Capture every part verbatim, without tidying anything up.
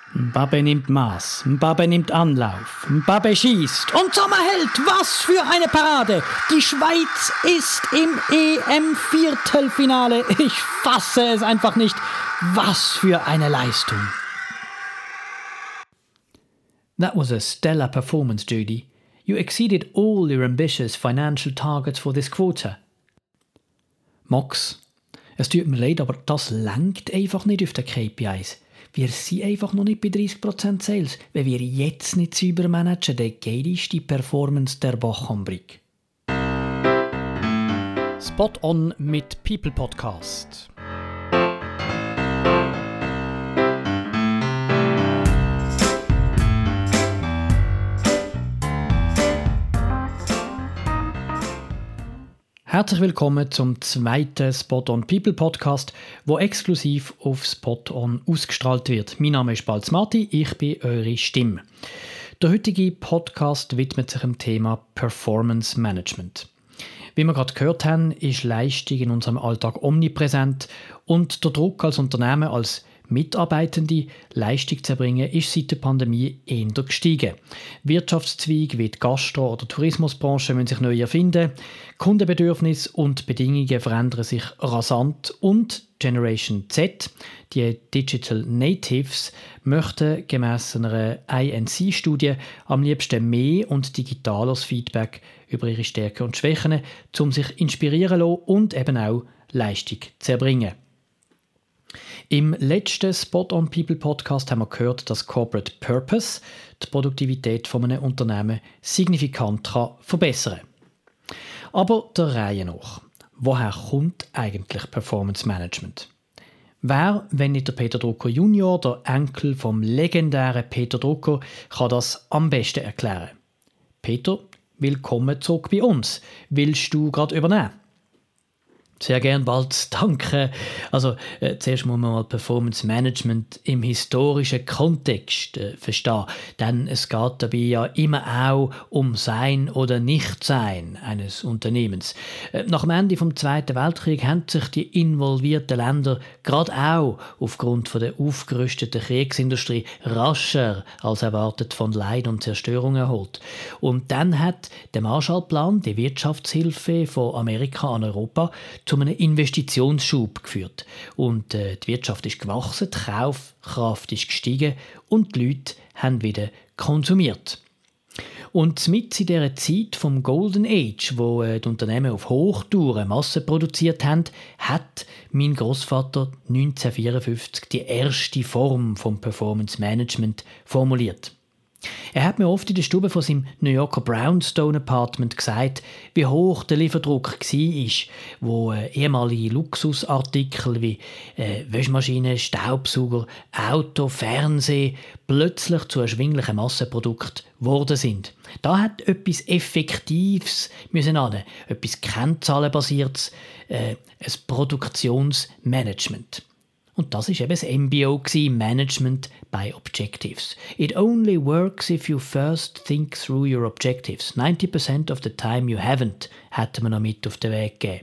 Mbappe nimmt Maß, Mbappe nimmt Anlauf, Mbappe schießt und Sommer hält. Was für eine Parade! Die Schweiz ist im E M-Viertelfinale. Ich fasse es einfach nicht. Was für eine Leistung! That was a stellar performance, Judy. You exceeded all your ambitious financial targets for this quarter. Max, es tut mir leid, aber das lenkt einfach nicht auf den K P Is. Wir sind einfach noch nicht bei dreißig Prozent Sales. Wenn wir jetzt nicht sauber managen, dann geht ist die Performance der Bach am Brick. Spot on mit People Podcast. Herzlich willkommen zum zweiten Spot on People Podcast, wo exklusiv auf Spot on ausgestrahlt wird. Mein Name ist Balz Marti, ich bin eure Stimme. Der heutige Podcast widmet sich dem Thema Performance Management. Wie wir gerade gehört haben, ist Leistung in unserem Alltag omnipräsent und der Druck als Unternehmen, als Mitarbeitende Leistung zu erbringen, ist seit der Pandemie eher gestiegen. Wirtschaftszweige wie die Gastro- oder Tourismusbranche müssen sich neu erfinden. Kundenbedürfnisse und Bedingungen verändern sich rasant und Generation Z, die Digital Natives, möchten gemäss einer I N C-Studie am liebsten mehr und digitales Feedback über ihre Stärken und Schwächen, um sich inspirieren zu lassen und eben auch Leistung zu erbringen. Im letzten Spot on People Podcast haben wir gehört, dass Corporate Purpose die Produktivität von einem Unternehmen signifikant kann verbessern kann. Aber der Reihe nach. Woher kommt eigentlich Performance Management? Wer, wenn nicht der Peter Drucker Junior, der Enkel vom legendären Peter Drucker, kann das am besten erklären? Peter, willkommen zurück bei uns. Willst du gerade übernehmen? Sehr gern, Balz, danke. Also, äh, zuerst muss man mal Performance Management im historischen Kontext äh, verstehen. Denn es geht dabei ja immer auch um Sein oder Nichtsein eines Unternehmens. Äh, nach dem Ende des Zweiten Weltkriegs haben sich die involvierten Länder gerade auch aufgrund von der aufgerüsteten Kriegsindustrie rascher als erwartet von Leid und Zerstörung erholt. Und dann hat der Marshallplan, die Wirtschaftshilfe von Amerika an Europa, zu einem Investitionsschub geführt. Und äh, die Wirtschaft ist gewachsen, die Kaufkraft ist gestiegen und die Leute haben wieder konsumiert. Und mit in dieser Zeit vom Golden Age, wo äh, die Unternehmen auf Hochtouren Massen produziert haben, hat mein Großvater neunzehnhundertvierundfünfzig die erste Form vom Performance Management formuliert. Er hat mir oft in der Stube von seinem New Yorker Brownstone Apartment gesagt, wie hoch der Lieferdruck war, wo äh, ehemalige Luxusartikel wie äh, Wäschmaschinen, Staubsauger, Auto, Fernsehen plötzlich zu erschwinglichen Massenprodukten geworden sind. Da hat etwas Effektives müssen an, etwas Kennzahlenbasiertes, äh, ein Produktionsmanagement. Und das war eben das M B O, Management by Objectives. It only works if you first think through your objectives. ninety percent of the time you haven't, hätten wir noch mit auf den Weg gegeben.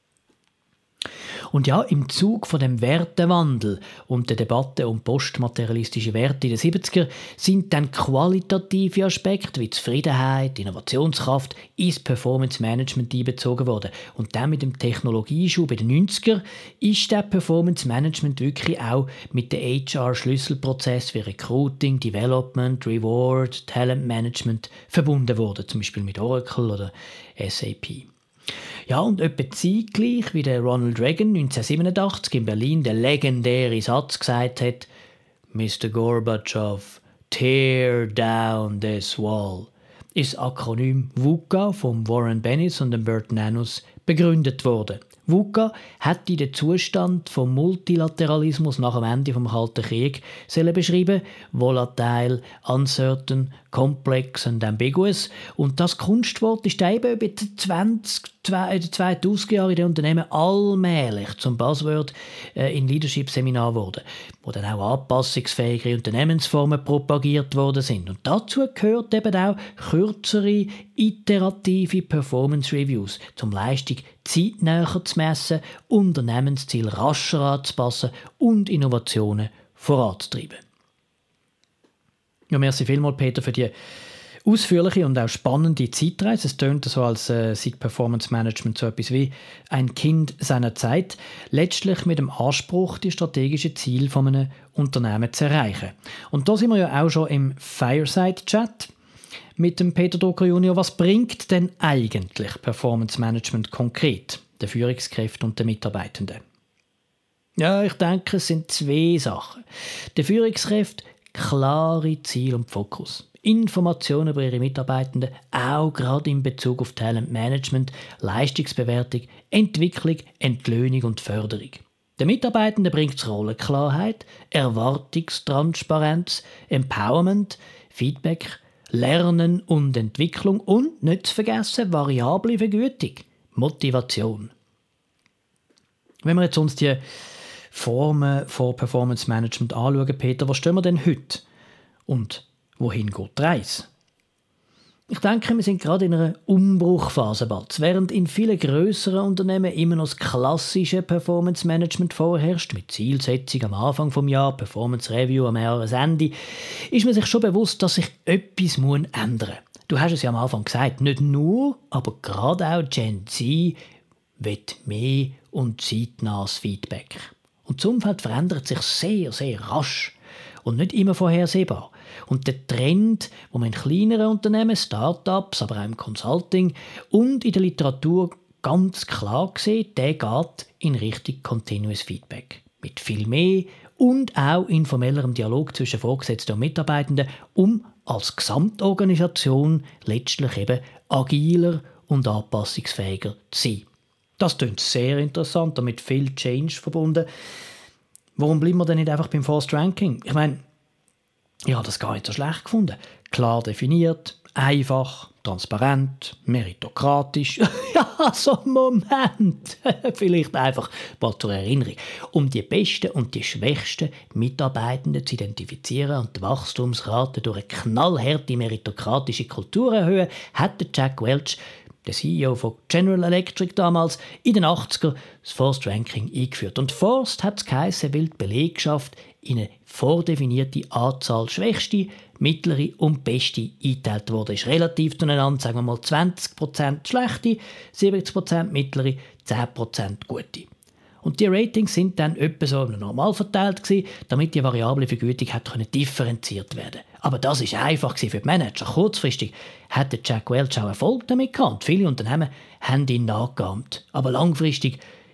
Und ja, im Zug von dem Wertewandel und der Debatte um postmaterialistische Werte in den siebziger sind dann qualitative Aspekte wie Zufriedenheit, Innovationskraft ins Performance Management einbezogen worden. Und dann mit dem Technologieschub in den neunziger ist der Performance Management wirklich auch mit den H R-Schlüsselprozessen wie Recruiting, Development, Reward, Talent Management verbunden worden, zum Beispiel mit Oracle oder S A P. Ja, und etwa zeitgleich, wie der Ronald Reagan neunzehnhundertsiebenundachtzig in Berlin den legendären Satz gesagt hat: Mister Gorbatschow, tear down this wall, ist das Akronym VUCA von Warren Bennis und Bert Nanus begründet worden. VUCA hat den Zustand vom Multilateralismus nach dem Ende des Kalten Krieges beschrieben, volatile, uncertain, complex und ambiguous. Und das Kunstwort ist eben über die zwanzig, zweitausender Jahre in den Unternehmen allmählich zum Buzzword äh, in Leadership-Seminaren geworden, wo dann auch anpassungsfähige Unternehmensformen propagiert worden sind. Und dazu gehört eben auch kürzere, iterative Performance-Reviews, um Leistung zeitnäher zu messen, Unternehmensziele rascher anzupassen und Innovationen voranzutreiben. Ja, merci vielmals, Peter, für die ausführliche und auch spannende Zeitreise. Es tönt so, als äh, sei Performance Management so etwas wie ein Kind seiner Zeit, letztlich mit dem Anspruch, die strategischen Ziele von einem Unternehmen zu erreichen. Und da sind wir ja auch schon im Fireside-Chat mit dem Peter Drucker Junior. Was bringt denn eigentlich Performance Management konkret den Führungskräften und den Mitarbeitenden? Ja, ich denke, es sind zwei Sachen. Der Führungskräfte klare Ziele und Fokus. Informationen über ihre Mitarbeitenden, auch gerade in Bezug auf Talentmanagement, Leistungsbewertung, Entwicklung, Entlöhnung und Förderung. Den Mitarbeitenden bringt es Rollenklarheit, Erwartungstransparenz, Empowerment, Feedback, Lernen und Entwicklung und, nicht zu vergessen, variable Vergütung, Motivation. Wenn wir jetzt uns die Formen von Performance Management anschauen, Peter, wo stehen wir denn heute? Und wohin geht die Reise? Ich denke, wir sind gerade in einer Umbruchphase bald. Während in vielen grösseren Unternehmen immer noch das klassische Performance Management vorherrscht, mit Zielsetzung am Anfang des Jahres, Performance Review am Jahresende, ist man sich schon bewusst, dass sich etwas ändern muss. Du hast es ja am Anfang gesagt, nicht nur, aber gerade auch Gen Z will mehr und zeitnahes Feedback. Und das Umfeld verändert sich sehr, sehr rasch und nicht immer vorhersehbar. Und der Trend, wo man in kleineren Unternehmen, Start-ups, aber auch im Consulting und in der Literatur ganz klar sieht, der geht in Richtung Continuous Feedback. Mit viel mehr und auch informellerem Dialog zwischen Vorgesetzten und Mitarbeitenden, um als Gesamtorganisation letztlich eben agiler und anpassungsfähiger zu sein. Das klingt sehr interessant, damit viel Change verbunden. Warum bleiben wir denn nicht einfach beim Forced Ranking? Ich meine, ich habe das gar nicht so schlecht gefunden. Klar definiert, einfach, transparent, meritokratisch. Ja, so ein Moment. Vielleicht einfach mal zur Erinnerung. Um die besten und die schwächsten Mitarbeitenden zu identifizieren und die Wachstumsrate durch eine knallharte meritokratische Kultur erhöhen, hat Jack Welch, der C E O von General Electric damals, in den achtziger das Forced Ranking eingeführt. Und Forced hat es geheissen, weil die Belegschaft in eine vordefinierte Anzahl schwächste, mittlere und beste eingeteilt wurde. Ist relativ zueinander, sagen wir mal zwanzig Prozent schlechte, siebzig Prozent mittlere, zehn Prozent gute. Und die Ratings sind dann etwa so normal verteilt gewesen, damit die variable Vergütung hat können differenziert werden. Aber das ist einfach für die Manager. Kurzfristig hatte Jack Welch auch Erfolg damit gehabt. Viele Unternehmen haben ihn nachgeahmt. Aber langfristig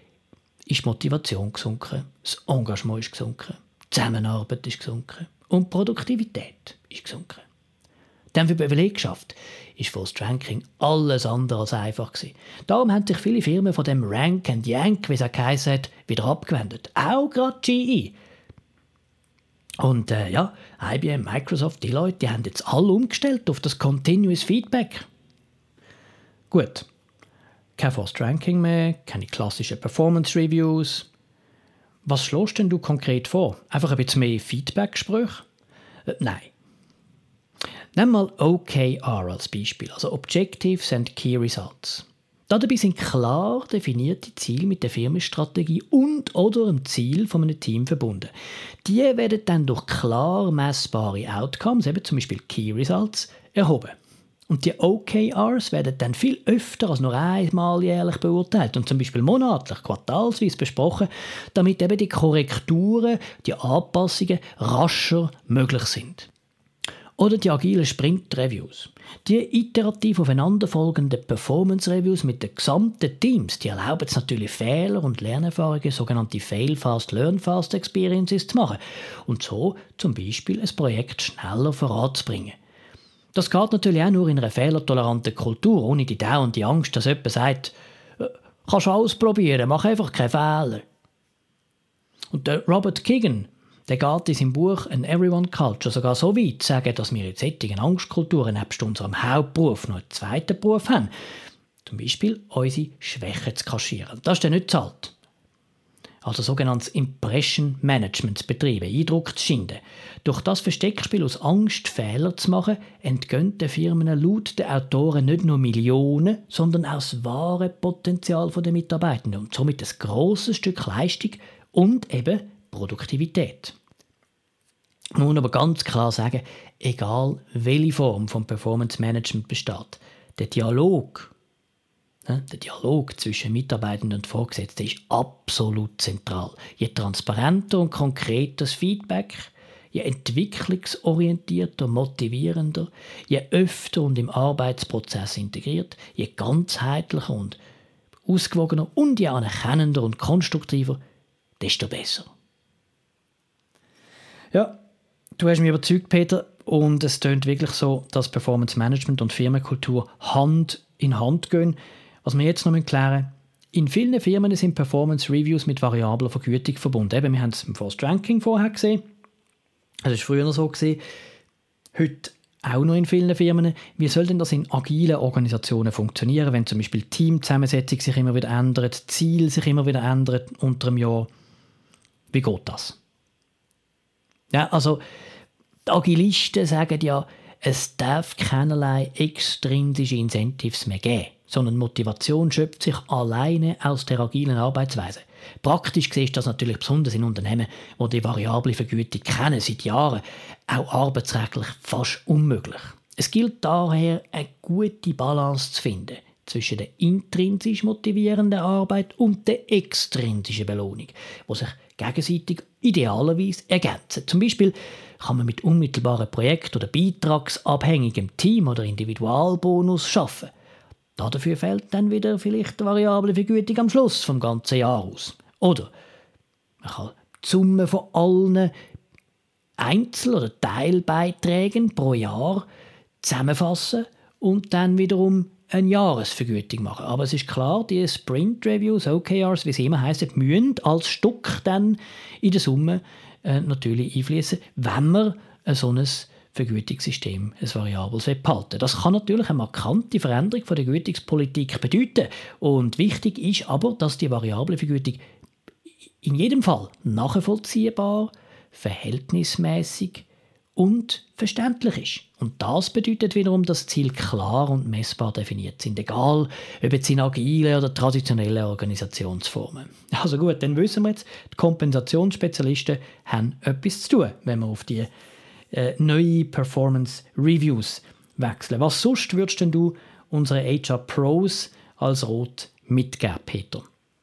ist die Motivation gesunken, das Engagement ist gesunken, die Zusammenarbeit ist gesunken und die Produktivität ist gesunken. Dann für die Belegschaft ist Forced Ranking alles andere als einfach gewesen. Darum haben sich viele Firmen von dem Rank and Yank, wie es auch geheißen hat, wieder abgewendet. Auch gerade G E. Und äh, ja, I B M, Microsoft, die Leute, die haben jetzt alle umgestellt auf das Continuous Feedback. Gut, kein Forced Ranking mehr, keine klassischen Performance Reviews. Was schlägst denn du konkret vor? Einfach ein bisschen mehr Feedback-Gespräche? Äh, nein. Nehmen wir mal O K R als Beispiel, also Objectives and Key Results. Dabei sind klar definierte Ziele mit der Firmenstrategie und oder dem Ziel von einem Team verbunden. Die werden dann durch klar messbare Outcomes, eben zum Beispiel Key Results, erhoben. Und die O K Rs werden dann viel öfter als nur einmal jährlich beurteilt und zum Beispiel monatlich, quartalsweise besprochen, damit eben die Korrekturen, die Anpassungen rascher möglich sind. Oder die agilen Sprint-Reviews. Die iterativ aufeinanderfolgenden Performance-Reviews mit den gesamten Teams, die erlauben es natürlich Fehler und Lernerfahrungen, sogenannte Fail-Fast, Learn-Fast-Experiences zu machen und so zum Beispiel ein Projekt schneller voranzubringen. Das geht natürlich auch nur in einer fehlertoleranten Kultur, ohne die dauernde Angst, dass jemand sagt, «Kannst du ausprobieren, mach einfach keine Fehler.» Und der Robert Keegan, der geht in seinem Buch «An Everyone Culture» sogar so weit zu sagen, dass wir in solchen Angstkulturen nebst unserem Hauptberuf noch einen zweiten Beruf haben. Zum Beispiel unsere Schwächen zu kaschieren. Das ist dann nicht zahlt. Also sogenanntes Impression Management zu betreiben, Eindruck zu schinden. Durch das Versteckspiel aus Angst, Fehler zu machen, entgehen den Firmen laut den Autoren nicht nur Millionen, sondern auch das wahre Potenzial der Mitarbeitenden und somit ein grosses Stück Leistung und eben Produktivität. Man muss aber ganz klar sagen, egal welche Form von Performance Management besteht, der Dialog, der Dialog zwischen Mitarbeitenden und Vorgesetzten ist absolut zentral. Je transparenter und konkreter das Feedback, je entwicklungsorientierter, motivierender, je öfter und im Arbeitsprozess integriert, je ganzheitlicher und ausgewogener und je anerkennender und konstruktiver, desto besser. Ja, du hast mich überzeugt, Peter, und es tönt wirklich so, dass Performance Management und Firmenkultur Hand in Hand gehen. Was wir jetzt noch klären müssen: In vielen Firmen sind Performance Reviews mit variabler Vergütung verbunden. Eben, wir haben es im Forced Ranking vorher gesehen. Das war früher so. Heute auch noch in vielen Firmen. Wie soll denn das in agilen Organisationen funktionieren, wenn zum Beispiel die Teamzusammensetzung sich immer wieder ändert, das Ziel sich immer wieder ändert unter einem Jahr? Wie geht das? Ja, also die Agilisten sagen ja, es darf keinerlei extrinsische Incentives mehr geben, sondern Motivation schöpft sich alleine aus der agilen Arbeitsweise. Praktisch gesehen ist das natürlich besonders in Unternehmen, die die variable Vergütung kennen, seit Jahren, auch arbeitsrechtlich fast unmöglich. Es gilt daher, eine gute Balance zu finden zwischen der intrinsisch motivierenden Arbeit und der extrinsischen Belohnung, die sich gegenseitig idealerweise ergänzen. Zum Beispiel kann man mit unmittelbaren Projekt- oder beitragsabhängigem Team- oder Individualbonus arbeiten. Dafür fällt dann wieder vielleicht die variable Vergütung am Schluss vom ganzen Jahr aus. Oder man kann die Summe von allen Einzel- oder Teilbeiträgen pro Jahr zusammenfassen und dann wiederum eine Jahresvergütung machen. Aber es ist klar, die Sprint Reviews, O K Rs, wie sie immer heissen, müssen als Stück dann in der Summe äh, natürlich einfließen, wenn man ein so ein Vergütungssystem, ein variables behalten. Das kann natürlich eine markante Veränderung von der Vergütungspolitik bedeuten. Und wichtig ist aber, dass die variable Vergütung in jedem Fall nachvollziehbar, verhältnismäßig und verständlich ist. Und das bedeutet wiederum, dass Ziele klar und messbar definiert sind, egal ob jetzt in agilen oder traditionellen Organisationsformen. Also gut, dann wissen wir jetzt, die Kompensationsspezialisten haben etwas zu tun, wenn wir auf die äh, neue Performance Reviews wechseln. Was sonst würdest denn du unsere H R Pros als Rot mitgeben, Peter?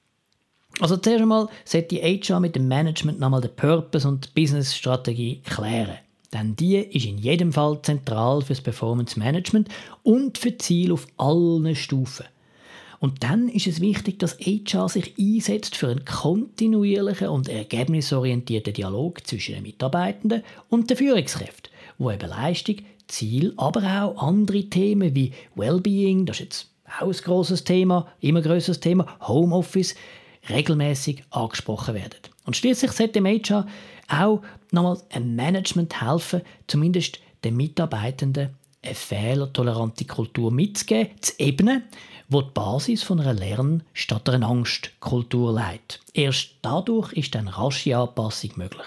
Also zuerst einmal sollte die H R mit dem Management nochmal den Purpose und die Business-Strategie klären. Denn die ist in jedem Fall zentral für das Performance Management und für Ziele auf allen Stufen. Und dann ist es wichtig, dass H R sich einsetzt für einen kontinuierlichen und ergebnisorientierten Dialog zwischen den Mitarbeitenden und den Führungskräften, wo eben Leistung, Ziel, aber auch andere Themen wie Wellbeing, das ist jetzt auch ein grosses Thema, immer grösseres Thema, Homeoffice, regelmäßig angesprochen werden. Und schließlich sollte dem H R auch nochmal ein Management helfen, zumindest den Mitarbeitenden eine fehlertolerante Kultur mitzugeben, zu ebnen, wo die Basis von einer Lern- statt einer Angstkultur leitet. Erst dadurch ist eine rasche Anpassung möglich.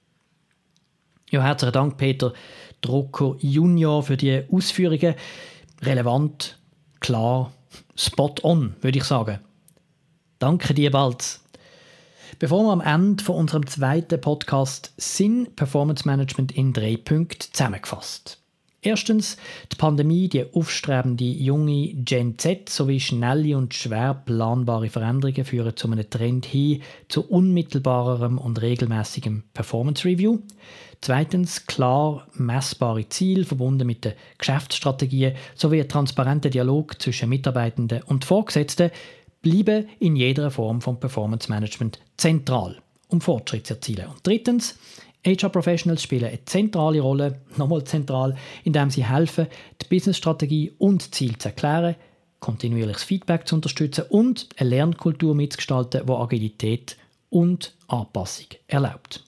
Ja, herzlichen Dank, Peter Drucker Junior, für die Ausführungen. Relevant, klar, spot on, würde ich sagen. Danke dir, Balz. Bevor wir am Ende von unserem zweiten Podcast sind, Performance Management in drei Punkten zusammengefasst. Erstens, die Pandemie, die aufstrebende junge Gen Z sowie schnelle und schwer planbare Veränderungen führen zu einem Trend hin zu unmittelbarerem und regelmäßigem Performance Review. Zweitens, klar messbare Ziele verbunden mit den Geschäftsstrategien sowie ein transparenter Dialog zwischen Mitarbeitenden und Vorgesetzten bleiben in jeder Form von Performance Management zentral, um Fortschritt zu erzielen. Und drittens, H R-Professionals spielen eine zentrale Rolle, nochmal zentral, indem sie helfen, die Businessstrategie und Ziele zu erklären, kontinuierliches Feedback zu unterstützen und eine Lernkultur mitzugestalten, die Agilität und Anpassung erlaubt.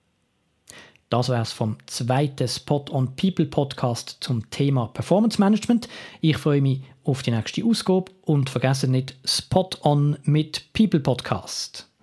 Das wäre es vom zweiten Spot on People Podcast zum Thema Performance Management. Ich freue mich auf die nächste Ausgabe und vergesst nicht Spot on mit People Podcast.